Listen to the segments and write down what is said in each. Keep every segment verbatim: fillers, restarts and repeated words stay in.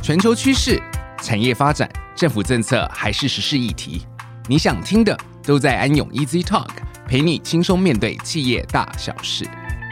全球趋势、产业发展、政府政策还是时事议题，你想听的都在安永 Easy Talk， 陪你轻松面对企业大小事。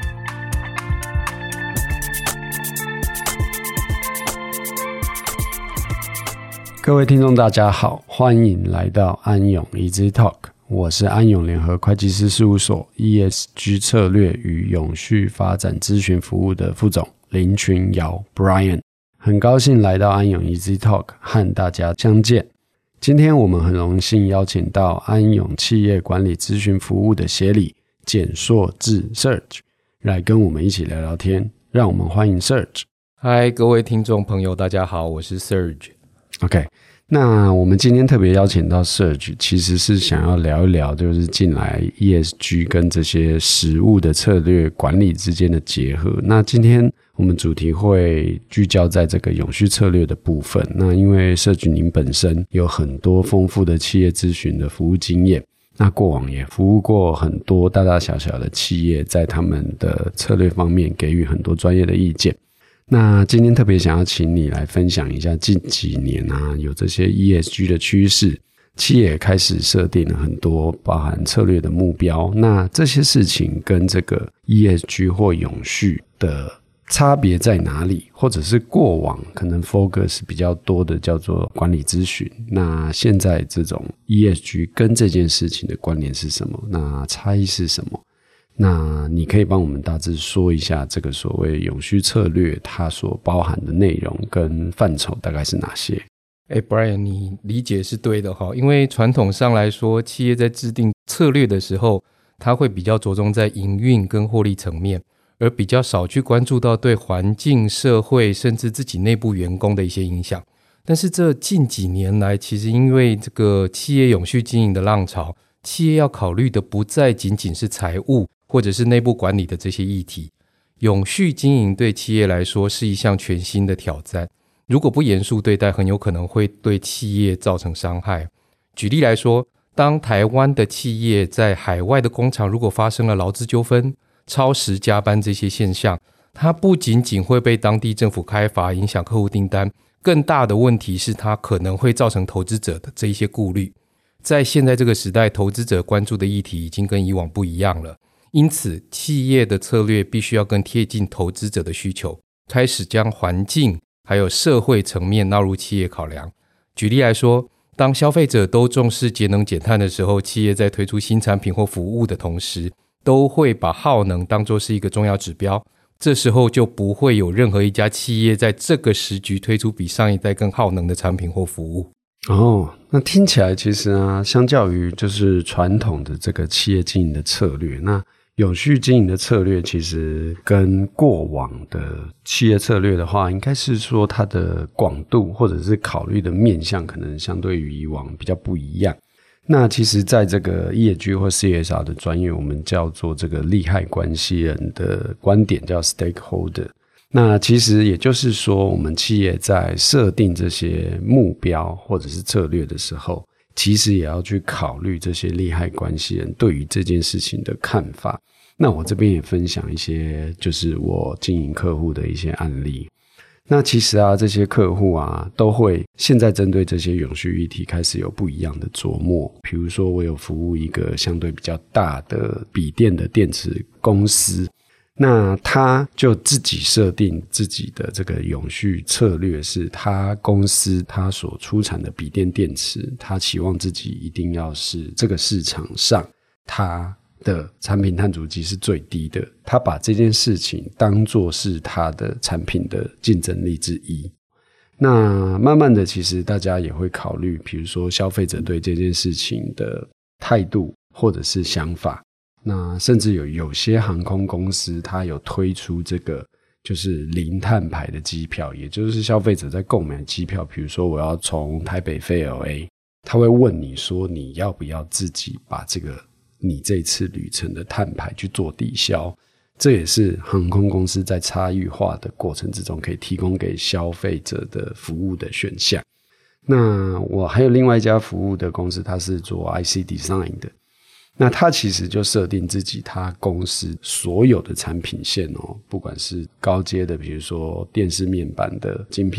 各位听众大家好，欢迎来到安永 Easy Talk， 我是安永联合会计师事务所 E S G 策略与永续发展咨询服务的副总林群尧 Brian， 很高兴来到安永 Easy Talk 和大家相见。今天我们很荣幸邀请到安永企业管理咨询服务的协理简硕志 Serge 来跟我们一起聊聊天，让我们欢迎 Serge。 嗨，各位听众朋友大家好，我是 Serge。OK， 那我们今天特别邀请到 Serge， 其实是想要聊一聊就是近来 E S G 跟这些实务的策略管理之间的结合。那今天我们主题会聚焦在这个永续策略的部分。那因为 Serge 您本身有很多丰富的企业咨询的服务经验，那过往也服务过很多大大小小的企业，在他们的策略方面给予很多专业的意见。那今天特别想要请你来分享一下近几年啊，有这些 E S G 的趋势，企业开始设定了很多包含策略的目标，那这些事情跟这个 E S G 或永续的差别在哪里？或者是过往可能 focus 比较多的叫做管理咨询，那现在这种 E S G 跟这件事情的关联是什么？那差异是什么？那你可以帮我们大致说一下这个所谓永续策略它所包含的内容跟范畴大概是哪些？ 欸 Brian， 你理解是对的齁，因为传统上来说，企业在制定策略的时候，它会比较着重在营运跟获利层面，而比较少去关注到对环境、社会甚至自己内部员工的一些影响。但是这近几年来，其实因为这个企业永续经营的浪潮，企业要考虑的不再仅仅是财务或者是内部管理的这些议题，永续经营对企业来说是一项全新的挑战，如果不严肃对待，很有可能会对企业造成伤害。举例来说，当台湾的企业在海外的工厂如果发生了劳资纠纷、超时加班这些现象，它不仅仅会被当地政府开罚，影响客户订单，更大的问题是它可能会造成投资者的这一些顾虑。在现在这个时代，投资者关注的议题已经跟以往不一样了，因此企业的策略必须要更贴近投资者的需求，开始将环境还有社会层面纳入企业考量。举例来说，当消费者都重视节能减碳的时候，企业在推出新产品或服务的同时，都会把耗能当作是一个重要指标，这时候就不会有任何一家企业在这个时局推出比上一代更耗能的产品或服务。 哦，那听起来其实啊，相较于就是传统的这个企业经营的策略，那永续经营的策略其实跟过往的企业策略的话，应该是说它的广度或者是考虑的面向可能相对于以往比较不一样。那其实在这个 E S G 或 C S R 的专业，我们叫做这个利害关系人的观点叫 stakeholder。那其实也就是说，我们企业在设定这些目标或者是策略的时候，其实也要去考虑这些利害关系人对于这件事情的看法。那我这边也分享一些就是我经营客户的一些案例。那其实啊，这些客户啊都会现在针对这些永续议题开始有不一样的琢磨。比如说我有服务一个相对比较大的笔电的电池公司，那他就自己设定自己的这个永续策略，是他公司他所出产的笔电电池，他期望自己一定要是这个市场上他的产品碳足迹是最低的，他把这件事情当作是他的产品的竞争力之一。那慢慢的其实大家也会考虑，比如说消费者对这件事情的态度或者是想法。那甚至有有些航空公司它有推出这个就是零碳排的机票，也就是消费者在购买机票，比如说我要从台北飞 L A， 他会问你说你要不要自己把这个你这次旅程的碳排去做抵消。这也是航空公司在差异化的过程之中可以提供给消费者的服务的选项。那我还有另外一家服务的公司，它是做 I C Design 的，那他其实就设定自己他公司所有的产品线哦，不管是高阶的比如说电视面板的晶片，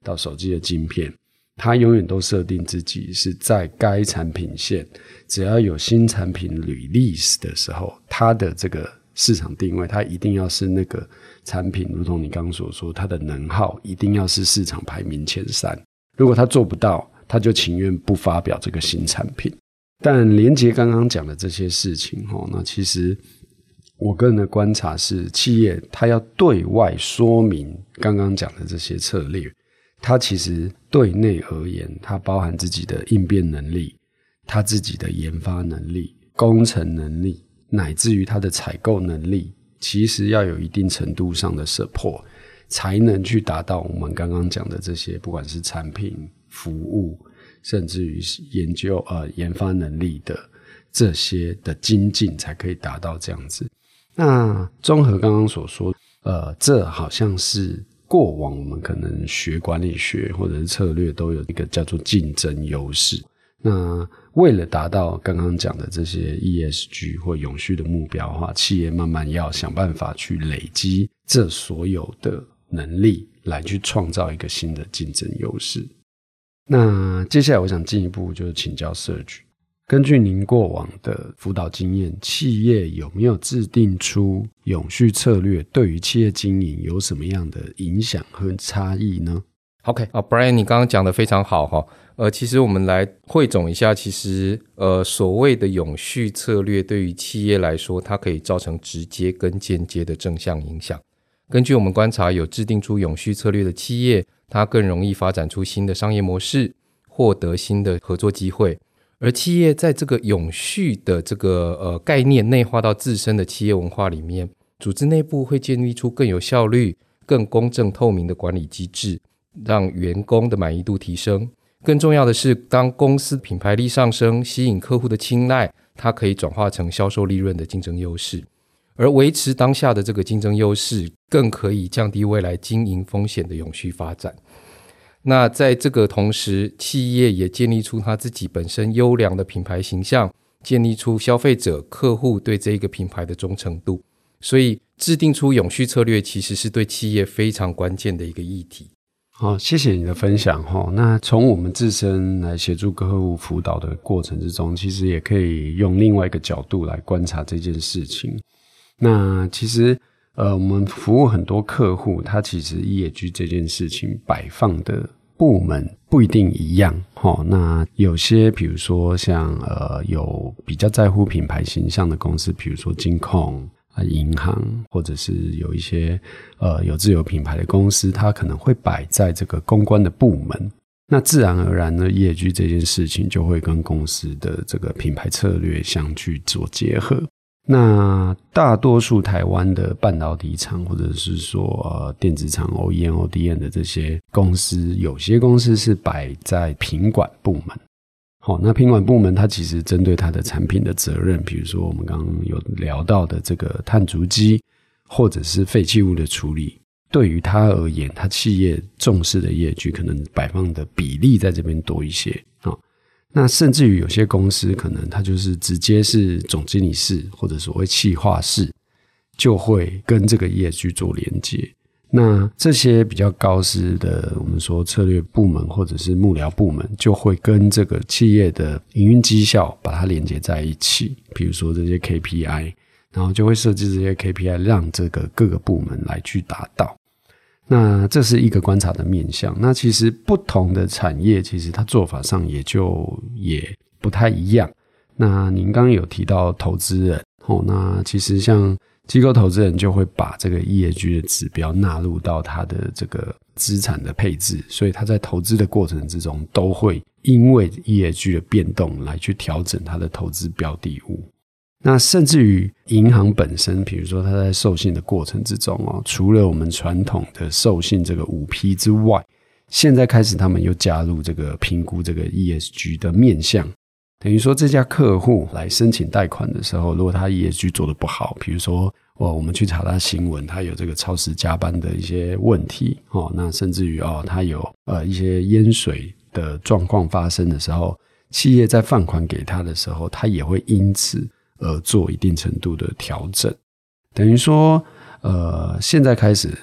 到手机的晶片，它永远都设定自己是在该产品线，只要有新产品 release 的时候，它的这个市场定位，它一定要是那个产品，如同你刚刚所说，它的能耗一定要是市场排名前三。如果它做不到，它就情愿不发表这个新产品。但连结刚刚讲的这些事情，那其实我个人的观察是，企业它要对外说明刚刚讲的这些策略，它其实对内而言，它包含自己的应变能力，它自己的研发能力、工程能力，乃至于它的采购能力，其实要有一定程度上的 support， 才能去达到我们刚刚讲的这些，不管是产品、服务，甚至于研究呃研发能力的这些的精进，才可以达到这样子。那综合刚刚所说，呃，这好像是过往我们可能学管理学或者是策略都有一个叫做竞争优势。那为了达到刚刚讲的这些 E S G 或永续的目标的话，企业慢慢要想办法去累积这所有的能力，来去创造一个新的竞争优势。那接下来我想进一步就是请教 Serge， 根据您过往的辅导经验，企业有没有制定出永续策略，对于企业经营有什么样的影响和差异呢？ OK 啊、uh, Brian 你刚刚讲的非常好哈。呃，其实我们来汇总一下，其实呃所谓的永续策略对于企业来说，它可以造成直接跟间接的正向影响。根据我们观察，有制定出永续策略的企业，它更容易发展出新的商业模式，获得新的合作机会。而企业在这个永续的这个呃概念内化到自身的企业文化里面，组织内部会建立出更有效率、更公正透明的管理机制，让员工的满意度提升。更重要的是，当公司品牌力上升，吸引客户的青睐，它可以转化成销售利润的竞争优势。而维持当下的这个竞争优势，更可以降低未来经营风险的永续发展。那在这个同时，企业也建立出它自己本身优良的品牌形象，建立出消费者、客户对这个品牌的忠诚度。所以制定出永续策略其实是对企业非常关键的一个议题。 好，谢谢你的分享。那从我们自身来协助客户辅导的过程之中，其实也可以用另外一个角度来观察这件事情。那其实呃，我们服务很多客户，他其实 E S G 这件事情摆放的部门不一定一样。那有些比如说像呃有比较在乎品牌形象的公司，比如说金控、银行，或者是有一些呃有自有品牌的公司，它可能会摆在这个公关的部门。那自然而然呢 E S G 这件事情就会跟公司的这个品牌策略相去做结合。那大多数台湾的半导体厂或者是说呃电子厂 O E M、O D M 的这些公司，有些公司是摆在品管部门。好，那品管部门它其实针对它的产品的责任，比如说我们刚刚有聊到的这个碳足迹或者是废弃物的处理，对于它而言，它企业重视的业绩可能摆放的比例在这边多一些。好，那甚至于有些公司可能它就是直接是总经理室或者所谓企划室，就会跟这个业绩做连接。那这些比较高师的我们说策略部门或者是幕僚部门，就会跟这个企业的营运绩效把它连接在一起，比如说这些 K P I， 然后就会设置这些 K P I 让这个各个部门来去达到。那这是一个观察的面向。那其实不同的产业其实它做法上也就也不太一样。那您刚刚有提到投资人、哦、那其实像机构投资人就会把这个 E S G 的指标纳入到他的这个资产的配置，所以他在投资的过程之中都会因为 E S G 的变动来去调整他的投资标的物。那甚至于银行本身，比如说他在授信的过程之中哦，除了我们传统的授信这个五 P 之外，现在开始他们又加入这个评估这个 E S G 的面向。等于说这家客户来申请贷款的时候，如果他 E S G 做得不好，比如说、哦、我们去查他新闻，他有这个超时加班的一些问题、哦、那甚至于、哦、他有呃一些淹水的状况发生的时候，企业在放款给他的时候，他也会因此而做一定程度的调整。等于说呃，现在开始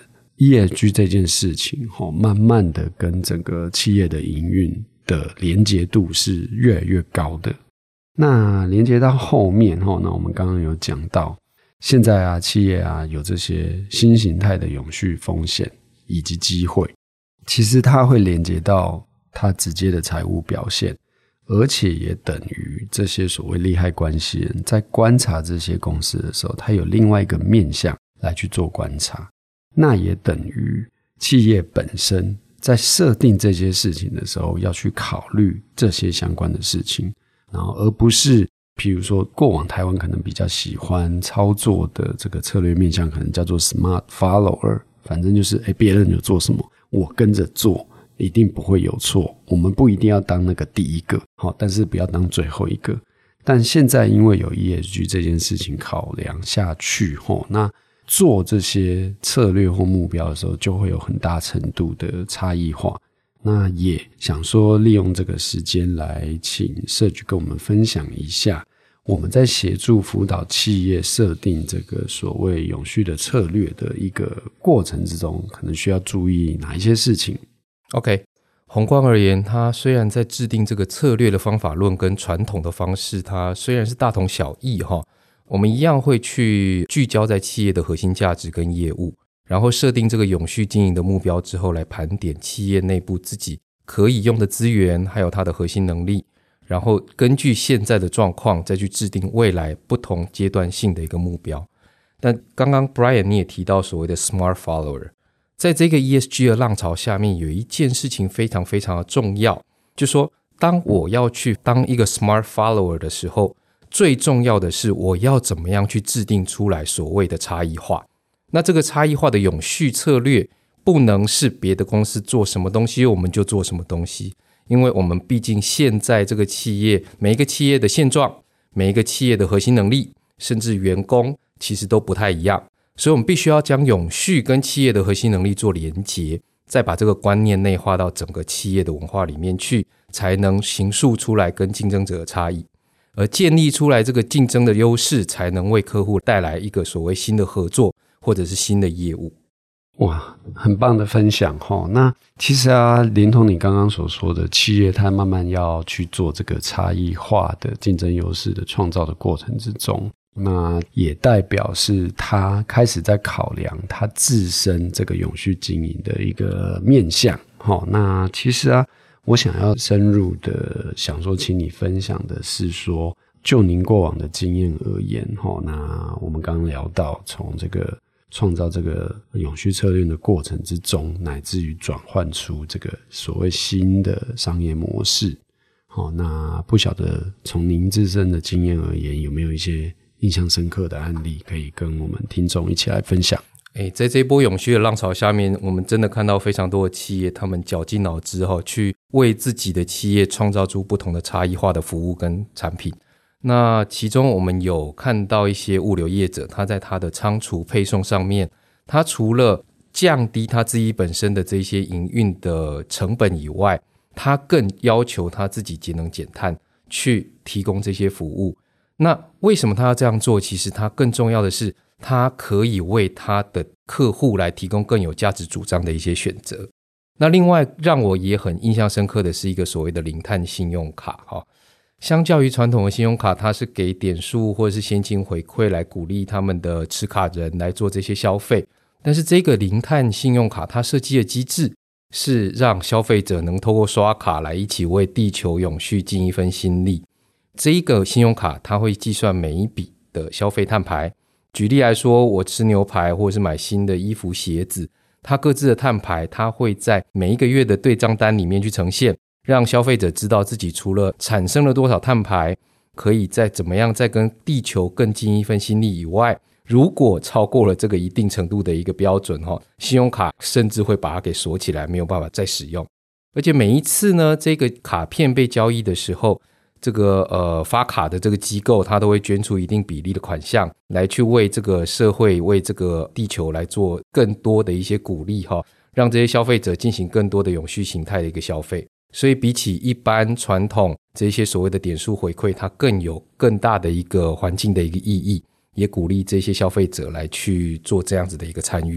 E S G 这件事情慢慢的跟整个企业的营运的连结度是越来越高的。那连接到后面，那我们刚刚有讲到现在啊，企业啊有这些新形态的永续风险以及机会，其实它会连接到它直接的财务表现，而且也等于这些所谓利害关系人在观察这些公司的时候，他有另外一个面向来去做观察。那也等于企业本身在设定这些事情的时候要去考虑这些相关的事情，然后而不是譬如说过往台湾可能比较喜欢操作的这个策略面向可能叫做 smart follower， 反正就是诶别人有做什么我跟着做一定不会有错，我们不一定要当那个第一个，但是不要当最后一个。但现在因为有 E S G 这件事情考量下去，那做这些策略或目标的时候就会有很大程度的差异化。那也想说利用这个时间来请Serge跟我们分享一下我们在协助辅导企业设定这个所谓永续的策略的一个过程之中可能需要注意哪一些事情。 OK， 宏观而言，它虽然在制定这个策略的方法论跟传统的方式它虽然是大同小异，我们一样会去聚焦在企业的核心价值跟业务，然后设定这个永续经营的目标之后，来盘点企业内部自己可以用的资源还有它的核心能力，然后根据现在的状况再去制定未来不同阶段性的一个目标。但刚刚 Brian 你也提到所谓的 smart follower， 在这个 E S G 的浪潮下面有一件事情非常非常的重要，就是说当我要去当一个 smart follower 的时候，最重要的是我要怎么样去制定出来所谓的差异化。那这个差异化的永续策略不能是别的公司做什么东西我们就做什么东西，因为我们毕竟现在这个企业每一个企业的现状，每一个企业的核心能力甚至员工其实都不太一样，所以我们必须要将永续跟企业的核心能力做连结，再把这个观念内化到整个企业的文化里面去，才能形塑出来跟竞争者的差异，而建立出来这个竞争的优势，才能为客户带来一个所谓新的合作或者是新的业务。 哇，很棒的分享齁。那其实啊，连同你刚刚所说的，企业它慢慢要去做这个差异化的竞争优势的创造的过程之中，那也代表是它开始在考量它自身这个永续经营的一个面向齁。那其实啊，我想要深入的想说请你分享的是说，就您过往的经验而言，那我们刚刚聊到从这个创造这个永续策略的过程之中，乃至于转换出这个所谓新的商业模式，那不晓得从您自身的经验而言，有没有一些印象深刻的案例可以跟我们听众一起来分享？ 欸、在这一波永续的浪潮下面，我们真的看到非常多的企业，他们绞尽脑汁去为自己的企业创造出不同的差异化的服务跟产品。那其中我们有看到一些物流业者，他在他的仓储配送上面，他除了降低他自己本身的这些营运的成本以外，他更要求他自己节能减碳去提供这些服务。那为什么他要这样做？其实他更重要的是他可以为他的客户来提供更有价值主张的一些选择。那另外让我也很印象深刻的是一个所谓的零碳信用卡。相较于传统的信用卡，它是给点数或者是现金回馈来鼓励他们的持卡人来做这些消费，但是这个零碳信用卡它设计的机制是让消费者能透过刷卡来一起为地球永续尽一份心力。这一个信用卡它会计算每一笔的消费碳排，举例来说，我吃牛排或者是买新的衣服鞋子，它各自的碳排它会在每一个月的对账单里面去呈现，让消费者知道自己除了产生了多少碳排，可以再怎么样再跟地球更尽一份心力以外，如果超过了这个一定程度的一个标准，信用卡甚至会把它给锁起来，没有办法再使用。而且每一次呢，这个卡片被交易的时候，这个呃发卡的这个机构它都会捐出一定比例的款项来去为这个社会为这个地球来做更多的一些鼓励，让这些消费者进行更多的永续形态的一个消费。所以比起一般传统这些所谓的点数回馈，它更有更大的一个环境的一个意义，也鼓励这些消费者来去做这样子的一个参与。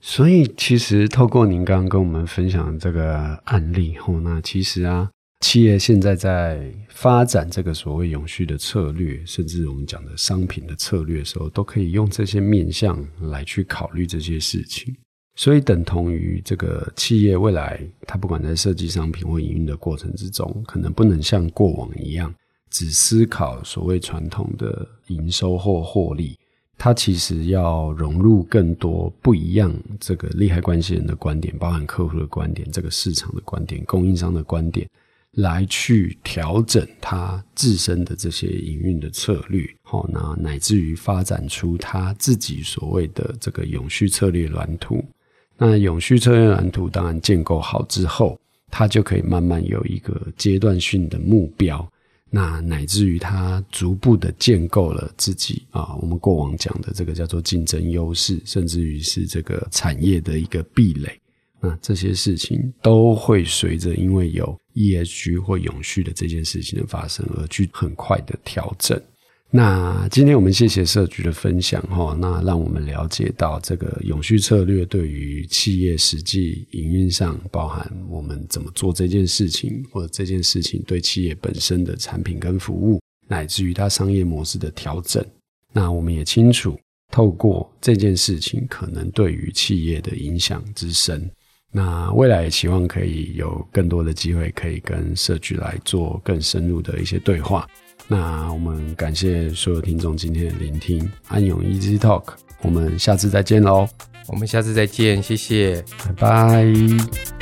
所以其实透过您刚刚跟我们分享这个案例后，那其实啊，企业现在在发展这个所谓永续的策略，甚至我们讲的商品的策略的时候，都可以用这些面向来去考虑这些事情。所以等同于这个企业未来它不管在设计商品或营运的过程之中，可能不能像过往一样只思考所谓传统的营收或获利，它其实要融入更多不一样这个利害关系人的观点，包含客户的观点，这个市场的观点，供应商的观点，来去调整它自身的这些营运的策略，哦，那乃至于发展出它自己所谓的这个永续策略蓝图。那永续策略蓝图当然建构好之后，它就可以慢慢有一个阶段性的目标，那乃至于它逐步的建构了自己啊，我们过往讲的这个叫做竞争优势，甚至于是这个产业的一个壁垒。那这些事情都会随着因为有 E S G 或永续的这件事情的发生而去很快的调整。那今天我们谢谢社局的分享，那让我们了解到这个永续策略对于企业实际营运上，包含我们怎么做这件事情，或者这件事情对企业本身的产品跟服务，乃至于它商业模式的调整。那我们也清楚透过这件事情可能对于企业的影响之深，那未来也期望可以有更多的机会可以跟社局来做更深入的一些对话。那我们感谢所有听众今天的聆听，安永 Easy Talk， 我们下次再见咯。 我们下次再见，谢谢， 拜拜。